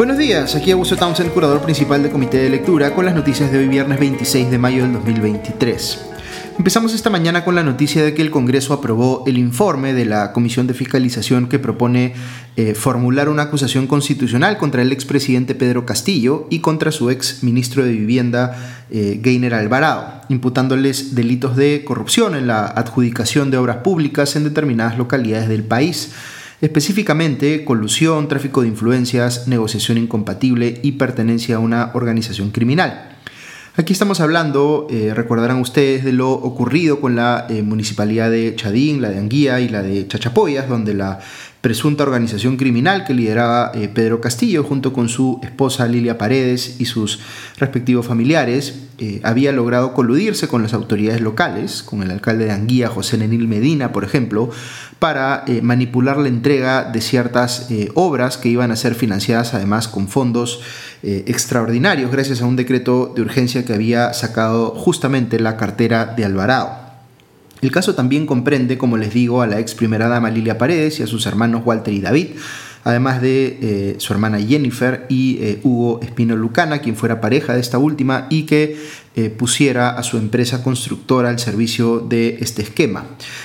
Buenos días, aquí Augusto Townsend, curador principal del Comité de Lectura, con las noticias de hoy viernes 26 de mayo del 2023. Empezamos esta mañana con la noticia de que el Congreso aprobó el informe de la Comisión de Fiscalización que propone formular una acusación constitucional contra el expresidente Pedro Castillo y contra su ex ministro de Vivienda, Geiner Alvarado, imputándoles delitos de corrupción en la adjudicación de obras públicas en determinadas localidades del país. Específicamente, colusión, tráfico de influencias, negociación incompatible y pertenencia a una organización criminal. Aquí estamos hablando, recordarán ustedes, de lo ocurrido con la municipalidad de Chadín, la de Anguía y la de Chachapoyas, donde la presunta organización criminal que lideraba Pedro Castillo junto con su esposa Lilia Paredes y sus respectivos familiares había logrado coludirse con las autoridades locales, con el alcalde de Anguía, José Nenil Medina, por ejemplo, para manipular la entrega de ciertas obras que iban a ser financiadas además con fondos extraordinarios gracias a un decreto de urgencia que había sacado justamente la cartera de Alvarado. El caso también comprende, como les digo, a la ex primera dama Lilia Paredes y a sus hermanos Walter y David, además de su hermana Jennifer y Hugo Espino Lucana, quien fuera pareja de esta última y que pusiera a su empresa constructora al servicio de este esquema.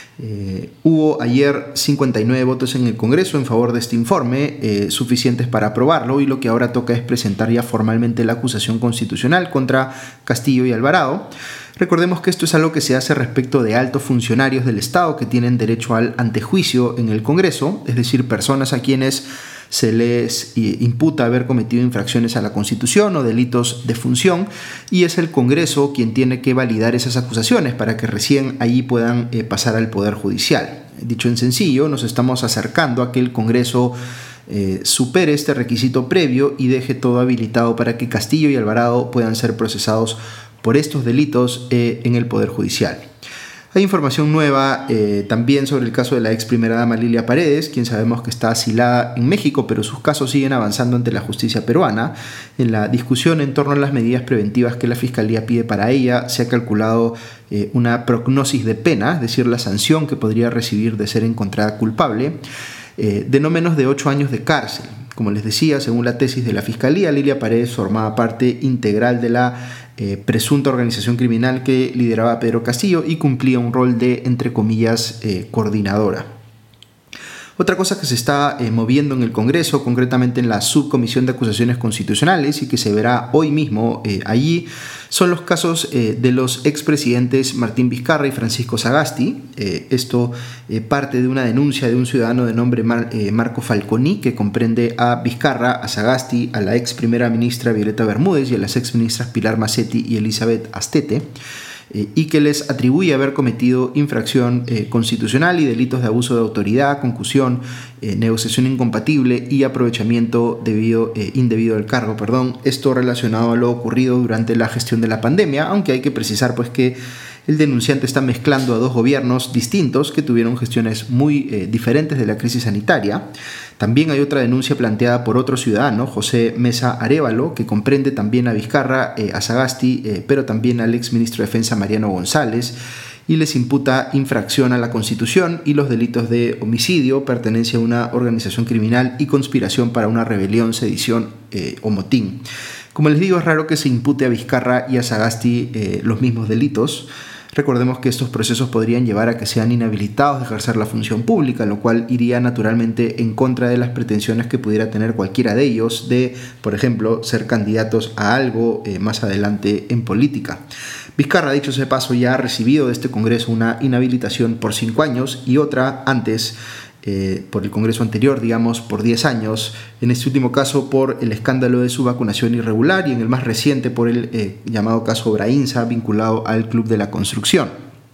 Hubo ayer 59 votos en el Congreso en favor de este informe, suficientes para aprobarlo, y lo que ahora toca es presentar ya formalmente la acusación constitucional contra Castillo y Alvarado. Recordemos que esto es algo que se hace respecto de altos funcionarios del Estado que tienen derecho al antejuicio en el Congreso, es decir, personas a quienes se les imputa haber cometido infracciones a la Constitución o delitos de función, y es el Congreso quien tiene que validar esas acusaciones para que recién allí puedan pasar al Poder Judicial. Dicho en sencillo, nos estamos acercando a que el Congreso supere este requisito previo y deje todo habilitado para que Castillo y Alvarado puedan ser procesados por estos delitos en el Poder Judicial. Hay información nueva también sobre el caso de la ex primera dama Lilia Paredes, quien sabemos que está asilada en México, pero sus casos siguen avanzando ante la justicia peruana. En la discusión en torno a las medidas preventivas que la Fiscalía pide para ella, se ha calculado una prognosis de pena, es decir, la sanción que podría recibir de ser encontrada culpable, de no menos de 8 años de cárcel. Como les decía, según la tesis de la Fiscalía, Lilia Paredes formaba parte integral de la presunta organización criminal que lideraba Pedro Castillo y cumplía un rol de, entre comillas, coordinadora. Otra cosa que se está moviendo en el Congreso, concretamente en la Subcomisión de Acusaciones Constitucionales, y que se verá hoy mismo allí, son los casos de los expresidentes Martín Vizcarra y Francisco Sagasti. Esto parte de una denuncia de un ciudadano de nombre Marco Falconi, que comprende a Vizcarra, a Sagasti, a la ex primera ministra Violeta Bermúdez y a las ex ministras Pilar Macetti y Elizabeth Astete, y que les atribuye haber cometido infracción constitucional y delitos de abuso de autoridad, concusión, negociación incompatible y aprovechamiento indebido del cargo. Esto relacionado a lo ocurrido durante la gestión de la pandemia, aunque hay que precisar pues que el denunciante está mezclando a dos gobiernos distintos que tuvieron gestiones muy diferentes de la crisis sanitaria. También hay otra denuncia planteada por otro ciudadano, José Mesa Arévalo, que comprende también a Vizcarra, a Sagasti, pero también al exministro de Defensa Mariano González, y les imputa infracción a la Constitución y los delitos de homicidio, pertenencia a una organización criminal y conspiración para una rebelión, sedición o motín. Como les digo, es raro que se impute a Vizcarra y a Sagasti los mismos delitos. Recordemos que estos procesos podrían llevar a que sean inhabilitados de ejercer la función pública, lo cual iría naturalmente en contra de las pretensiones que pudiera tener cualquiera de ellos de, por ejemplo, ser candidatos a algo más adelante en política. Vizcarra, dicho sea de paso, ya ha recibido de este Congreso una inhabilitación por 5 años y otra antes por el Congreso anterior, digamos, por 10 años, en este último caso por el escándalo de su vacunación irregular y en el más reciente por el llamado caso Brainsa, vinculado al Club de la Construcción.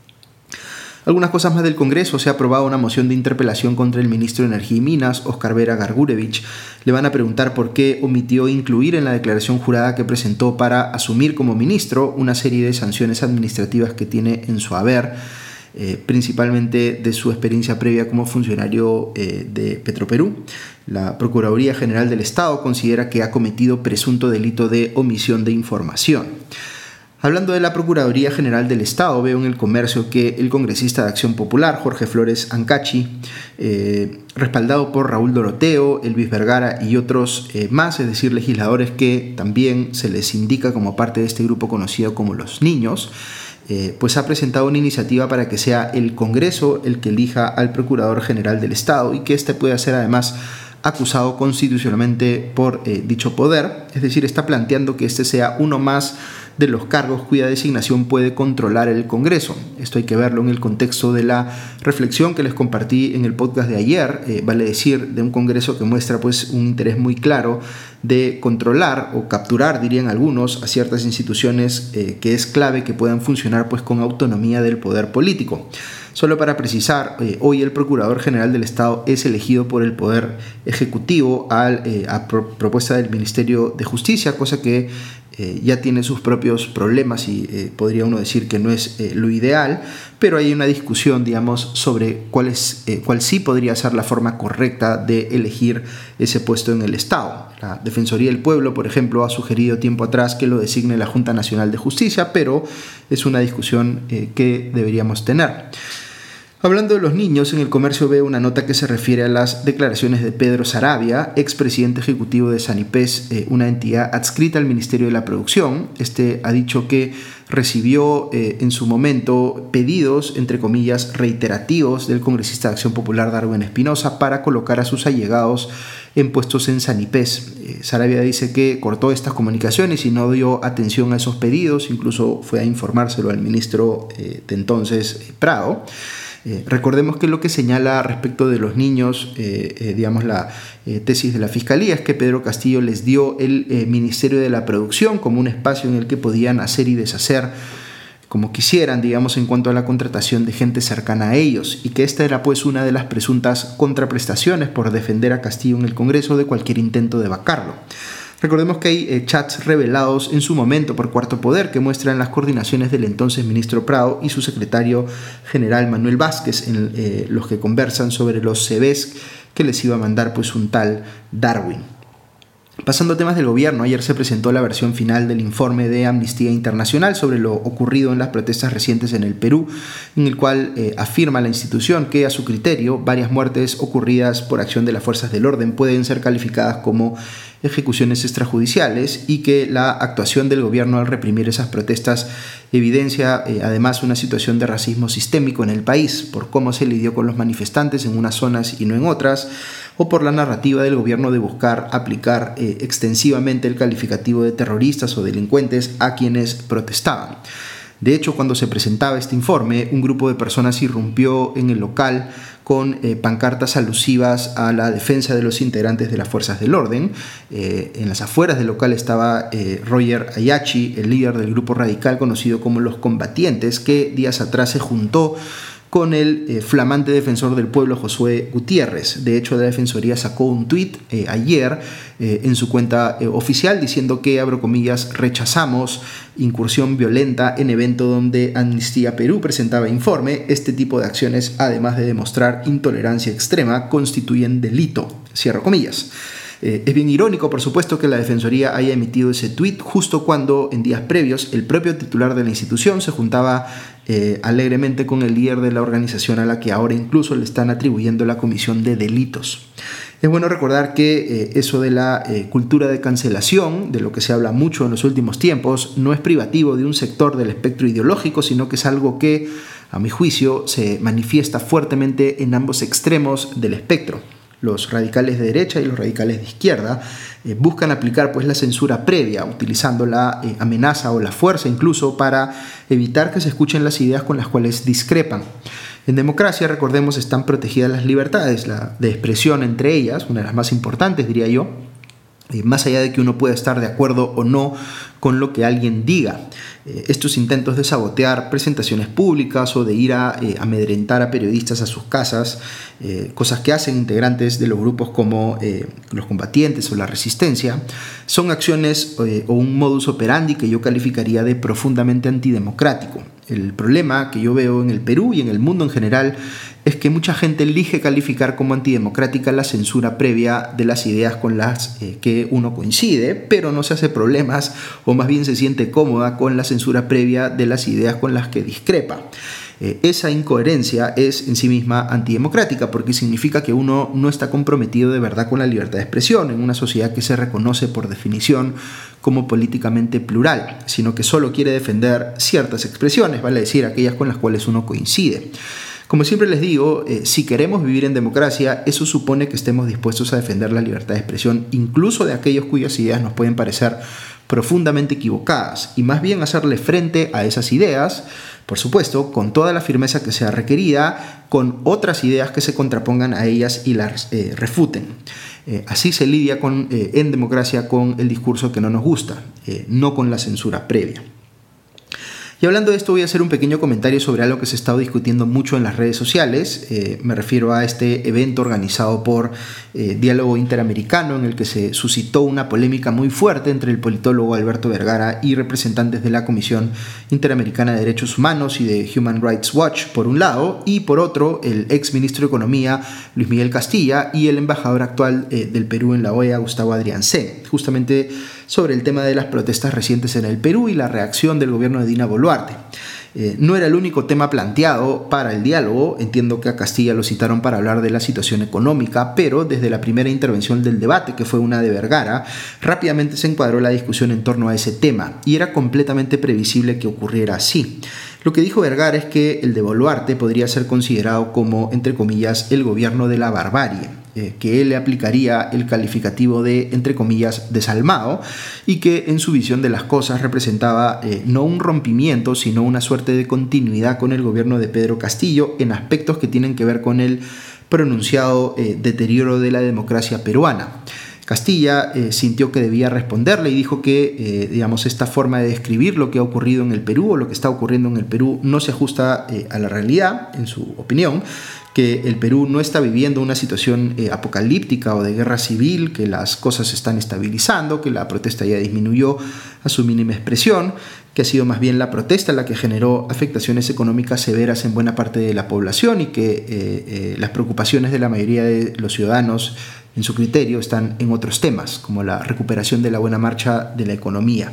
Algunas cosas más del Congreso. Se ha aprobado una moción de interpelación contra el ministro de Energía y Minas, Óscar Vera Gargurevich. Le van a preguntar por qué omitió incluir en la declaración jurada que presentó para asumir como ministro una serie de sanciones administrativas que tiene en su haber, principalmente de su experiencia previa como funcionario de Petroperú. La Procuraduría General del Estado considera que ha cometido presunto delito de omisión de información. Hablando de la Procuraduría General del Estado, veo en El Comercio que el congresista de Acción Popular, Jorge Flores Ancachi, respaldado por Raúl Doroteo, Elvis Vergara y otros más, es decir, legisladores que también se les indica como parte de este grupo conocido como los niños, pues ha presentado una iniciativa para que sea el Congreso el que elija al Procurador General del Estado y que éste pueda ser además acusado constitucionalmente por dicho poder, es decir, está planteando que este sea uno más de los cargos cuya designación puede controlar el Congreso. Esto hay que verlo en el contexto de la reflexión que les compartí en el podcast de ayer, vale decir, de un Congreso que muestra pues un interés muy claro de controlar o capturar, dirían algunos, a ciertas instituciones que es clave que puedan funcionar pues con autonomía del poder político. Solo para precisar, hoy el Procurador General del Estado es elegido por el Poder Ejecutivo a propuesta del Ministerio de Justicia, cosa que ya tiene sus propios problemas y podría uno decir que no es lo ideal, pero hay una discusión, digamos, sobre cuál sí podría ser la forma correcta de elegir ese puesto en el Estado. La Defensoría del Pueblo, por ejemplo, ha sugerido tiempo atrás que lo designe la Junta Nacional de Justicia, pero es una discusión que deberíamos tener. Hablando de los niños, en El Comercio veo una nota que se refiere a las declaraciones de Pedro Saravia, expresidente ejecutivo de Sanipes, una entidad adscrita al Ministerio de la Producción. Este ha dicho que recibió en su momento pedidos, entre comillas, reiterativos del congresista de Acción Popular Darwin Espinosa para colocar a sus allegados en puestos en Sanipes. Saravia dice que cortó estas comunicaciones y no dio atención a esos pedidos, incluso fue a informárselo al ministro de entonces, Prado. Recordemos que lo que señala respecto de los niños, digamos la tesis de la Fiscalía, es que Pedro Castillo les dio el Ministerio de la Producción como un espacio en el que podían hacer y deshacer como quisieran, digamos, en cuanto a la contratación de gente cercana a ellos, y que esta era pues una de las presuntas contraprestaciones por defender a Castillo en el Congreso de cualquier intento de vacarlo. Recordemos que hay chats revelados en su momento por Cuarto Poder que muestran las coordinaciones del entonces ministro Prado y su secretario general Manuel Vázquez, en los que conversan sobre los CVs que les iba a mandar pues un tal Darwin. Pasando a temas del gobierno, ayer se presentó la versión final del informe de Amnistía Internacional sobre lo ocurrido en las protestas recientes en el Perú, en el cual afirma la institución que, a su criterio, varias muertes ocurridas por acción de las fuerzas del orden pueden ser calificadas como ejecuciones extrajudiciales y que la actuación del gobierno al reprimir esas protestas evidencia además una situación de racismo sistémico en el país por cómo se lidió con los manifestantes en unas zonas y no en otras, o por la narrativa del gobierno de buscar aplicar extensivamente el calificativo de terroristas o delincuentes a quienes protestaban. De hecho, cuando se presentaba este informe, un grupo de personas irrumpió en el local con pancartas alusivas a la defensa de los integrantes de las fuerzas del orden. En las afueras del local estaba Roger Ayachi, el líder del grupo radical conocido como Los Combatientes, que días atrás se juntó con el flamante defensor del pueblo Josué Gutiérrez. De hecho, la Defensoría sacó un tuit ayer en su cuenta oficial diciendo que, abro comillas, rechazamos incursión violenta en evento donde Amnistía Perú presentaba informe. Este tipo de acciones, además de demostrar intolerancia extrema, constituyen delito, cierro comillas. Es bien irónico, por supuesto, que la Defensoría haya emitido ese tuit justo cuando, en días previos, el propio titular de la institución se juntaba alegremente con el líder de la organización a la que ahora incluso le están atribuyendo la comisión de delitos. Es bueno recordar que eso de la cultura de cancelación, de lo que se habla mucho en los últimos tiempos, no es privativo de un sector del espectro ideológico, sino que es algo que, a mi juicio, se manifiesta fuertemente en ambos extremos del espectro. Los radicales de derecha y los radicales de izquierda buscan aplicar pues la censura previa, utilizando la amenaza o la fuerza incluso para evitar que se escuchen las ideas con las cuales discrepan. En democracia, recordemos, están protegidas las libertades, la de expresión entre ellas, una de las más importantes, diría yo, más allá de que uno pueda estar de acuerdo o no con lo que alguien diga. Estos intentos de sabotear presentaciones públicas o de ir a amedrentar a periodistas a sus casas, cosas que hacen integrantes de los grupos como los combatientes o la resistencia, son acciones o un modus operandi que yo calificaría de profundamente antidemocrático. El problema que yo veo en el Perú y en el mundo en general es que mucha gente elige calificar como antidemocrática la censura previa de las ideas con las que uno coincide, pero no se hace problemas o más bien se siente cómoda con la censura previa de las ideas con las que discrepa. Esa incoherencia es en sí misma antidemocrática porque significa que uno no está comprometido de verdad con la libertad de expresión en una sociedad que se reconoce por definición como políticamente plural, sino que solo quiere defender ciertas expresiones, vale decir, aquellas con las cuales uno coincide. Como siempre les digo, si queremos vivir en democracia, eso supone que estemos dispuestos a defender la libertad de expresión, incluso de aquellos cuyas ideas nos pueden parecer profundamente equivocadas, y más bien hacerle frente a esas ideas, por supuesto, con toda la firmeza que sea requerida, con otras ideas que se contrapongan a ellas y las refuten. Así se lidia en democracia con el discurso que no nos gusta, no con la censura previa. Y hablando de esto, voy a hacer un pequeño comentario sobre algo que se ha estado discutiendo mucho en las redes sociales. Me refiero a este evento organizado por Diálogo Interamericano, en el que se suscitó una polémica muy fuerte entre el politólogo Alberto Vergara y representantes de la Comisión Interamericana de Derechos Humanos y de Human Rights Watch, por un lado, y por otro, el ex ministro de Economía, Luis Miguel Castilla, y el embajador actual del Perú en la OEA, Gustavo Adriancén, justamente sobre el tema de las protestas recientes en el Perú y la reacción del gobierno de Dina Boluarte. No era el único tema planteado para el diálogo. Entiendo que a Castilla lo citaron para hablar de la situación económica, pero desde la primera intervención del debate, que fue una de Vergara, rápidamente se encuadró la discusión en torno a ese tema y era completamente previsible que ocurriera así. Lo que dijo Vergara es que el de Boluarte podría ser considerado como, entre comillas, el gobierno de la barbarie, que él le aplicaría el calificativo de, entre comillas, desalmado, y que en su visión de las cosas representaba no un rompimiento, sino una suerte de continuidad con el gobierno de Pedro Castillo en aspectos que tienen que ver con el pronunciado deterioro de la democracia peruana. Castilla sintió que debía responderle y dijo que esta forma de describir lo que ha ocurrido en el Perú o lo que está ocurriendo en el Perú no se ajusta a la realidad, en su opinión, que el Perú no está viviendo una situación apocalíptica o de guerra civil, que las cosas se están estabilizando, que la protesta ya disminuyó a su mínima expresión, que ha sido más bien la protesta la que generó afectaciones económicas severas en buena parte de la población y que las preocupaciones de la mayoría de los ciudadanos, en su criterio, están en otros temas, como la recuperación de la buena marcha de la economía.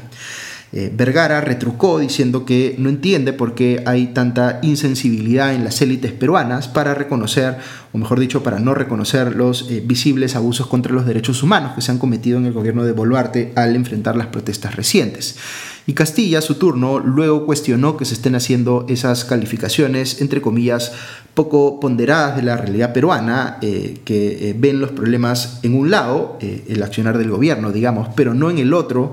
Vergara retrucó diciendo que no entiende por qué hay tanta insensibilidad en las élites peruanas para reconocer, o mejor dicho, para no reconocer los visibles abusos contra los derechos humanos que se han cometido en el gobierno de Boluarte al enfrentar las protestas recientes. Y Castilla, a su turno, luego cuestionó que se estén haciendo esas calificaciones, entre comillas, poco ponderadas de la realidad peruana, que ven los problemas en un lado, el accionar del gobierno, digamos, pero no en el otro,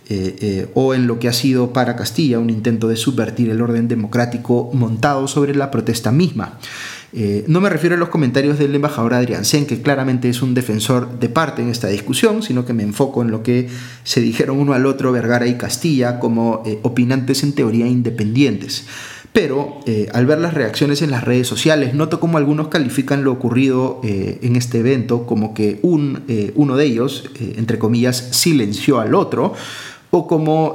o en lo que ha sido para Castilla un intento de subvertir el orden democrático montado sobre la protesta misma. No me refiero a los comentarios del embajador Adriancén, que claramente es un defensor de parte en esta discusión, sino que me enfoco en lo que se dijeron uno al otro Vergara y Castilla como opinantes en teoría independientes. Pero al ver las reacciones en las redes sociales, noto como algunos califican lo ocurrido en este evento como que uno de ellos, entre comillas, silenció al otro, o como,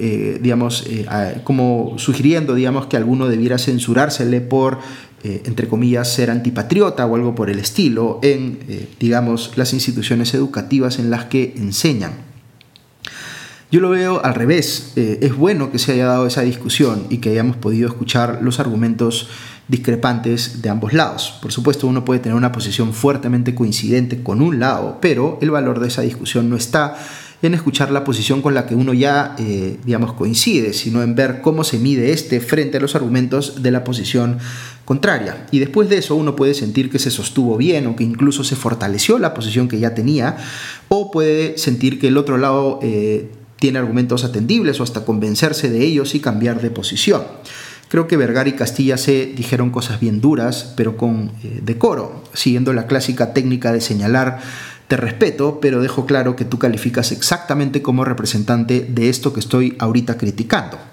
como sugiriendo, que alguno debiera censurársele por, entre comillas, ser antipatriota o algo por el estilo en, las instituciones educativas en las que enseñan. Yo lo veo al revés. Es bueno que se haya dado esa discusión y que hayamos podido escuchar los argumentos discrepantes de ambos lados. Por supuesto, uno puede tener una posición fuertemente coincidente con un lado, pero el valor de esa discusión no está en escuchar la posición con la que uno ya, coincide, sino en ver cómo se mide frente a los argumentos de la posición contraria. Y después de eso uno puede sentir que se sostuvo bien o que incluso se fortaleció la posición que ya tenía, o puede sentir que el otro lado tiene argumentos atendibles o hasta convencerse de ellos y cambiar de posición. Creo que Vergara y Castilla se dijeron cosas bien duras, pero con decoro, siguiendo la clásica técnica de señalar: te respeto, pero dejo claro que tú calificas exactamente como representante de esto que estoy ahorita criticando.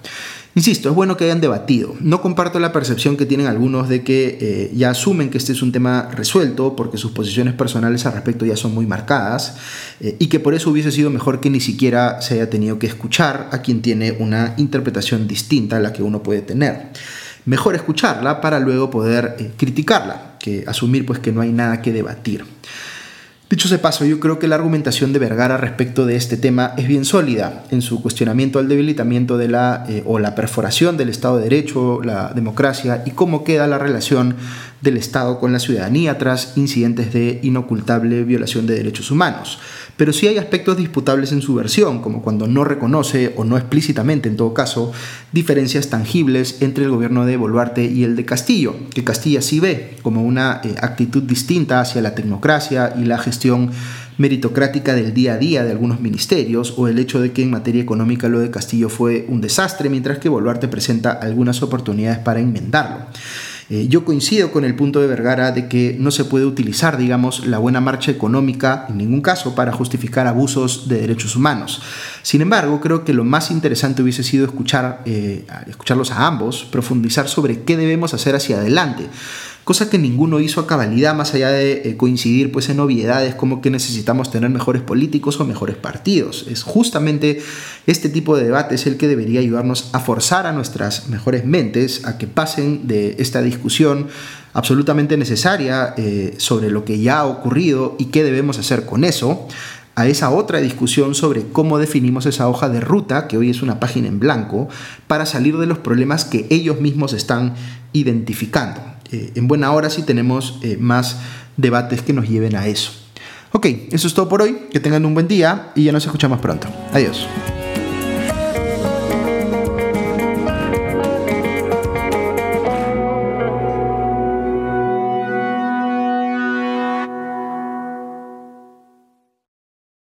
Insisto, es bueno que hayan debatido. No comparto la percepción que tienen algunos de que ya asumen que este es un tema resuelto porque sus posiciones personales al respecto ya son muy marcadas y que por eso hubiese sido mejor que ni siquiera se haya tenido que escuchar a quien tiene una interpretación distinta a la que uno puede tener. Mejor escucharla para luego poder criticarla, que asumir pues que no hay nada que debatir. Dicho ese paso, yo creo que la argumentación de Vergara respecto de este tema es bien sólida en su cuestionamiento al debilitamiento de la perforación del Estado de Derecho, la democracia y cómo queda la relación del Estado con la ciudadanía tras incidentes de inocultable violación de derechos humanos. Pero sí hay aspectos disputables en su versión, como cuando no reconoce, o no explícitamente en todo caso, diferencias tangibles entre el gobierno de Boluarte y el de Castillo, que Castilla sí ve como una actitud distinta hacia la tecnocracia y la gestión meritocrática del día a día de algunos ministerios, o el hecho de que en materia económica lo de Castillo fue un desastre, mientras que Boluarte presenta algunas oportunidades para enmendarlo. Yo coincido con el punto de Vergara de que no se puede utilizar, digamos, la buena marcha económica en ningún caso para justificar abusos de derechos humanos. Sin embargo, creo que lo más interesante hubiese sido escucharlos a ambos, profundizar sobre qué debemos hacer hacia adelante, cosa que ninguno hizo a cabalidad, más allá de coincidir pues en obviedades como que necesitamos tener mejores políticos o mejores partidos. Es justamente este tipo de debate es el que debería ayudarnos a forzar a nuestras mejores mentes a que pasen de esta discusión absolutamente necesaria sobre lo que ya ha ocurrido y qué debemos hacer con eso, a esa otra discusión sobre cómo definimos esa hoja de ruta, que hoy es una página en blanco, para salir de los problemas que ellos mismos están identificando. En buena hora si tenemos más debates que nos lleven a eso. Ok, eso es todo por hoy. Que tengan un buen día y ya nos escuchamos pronto. Adiós.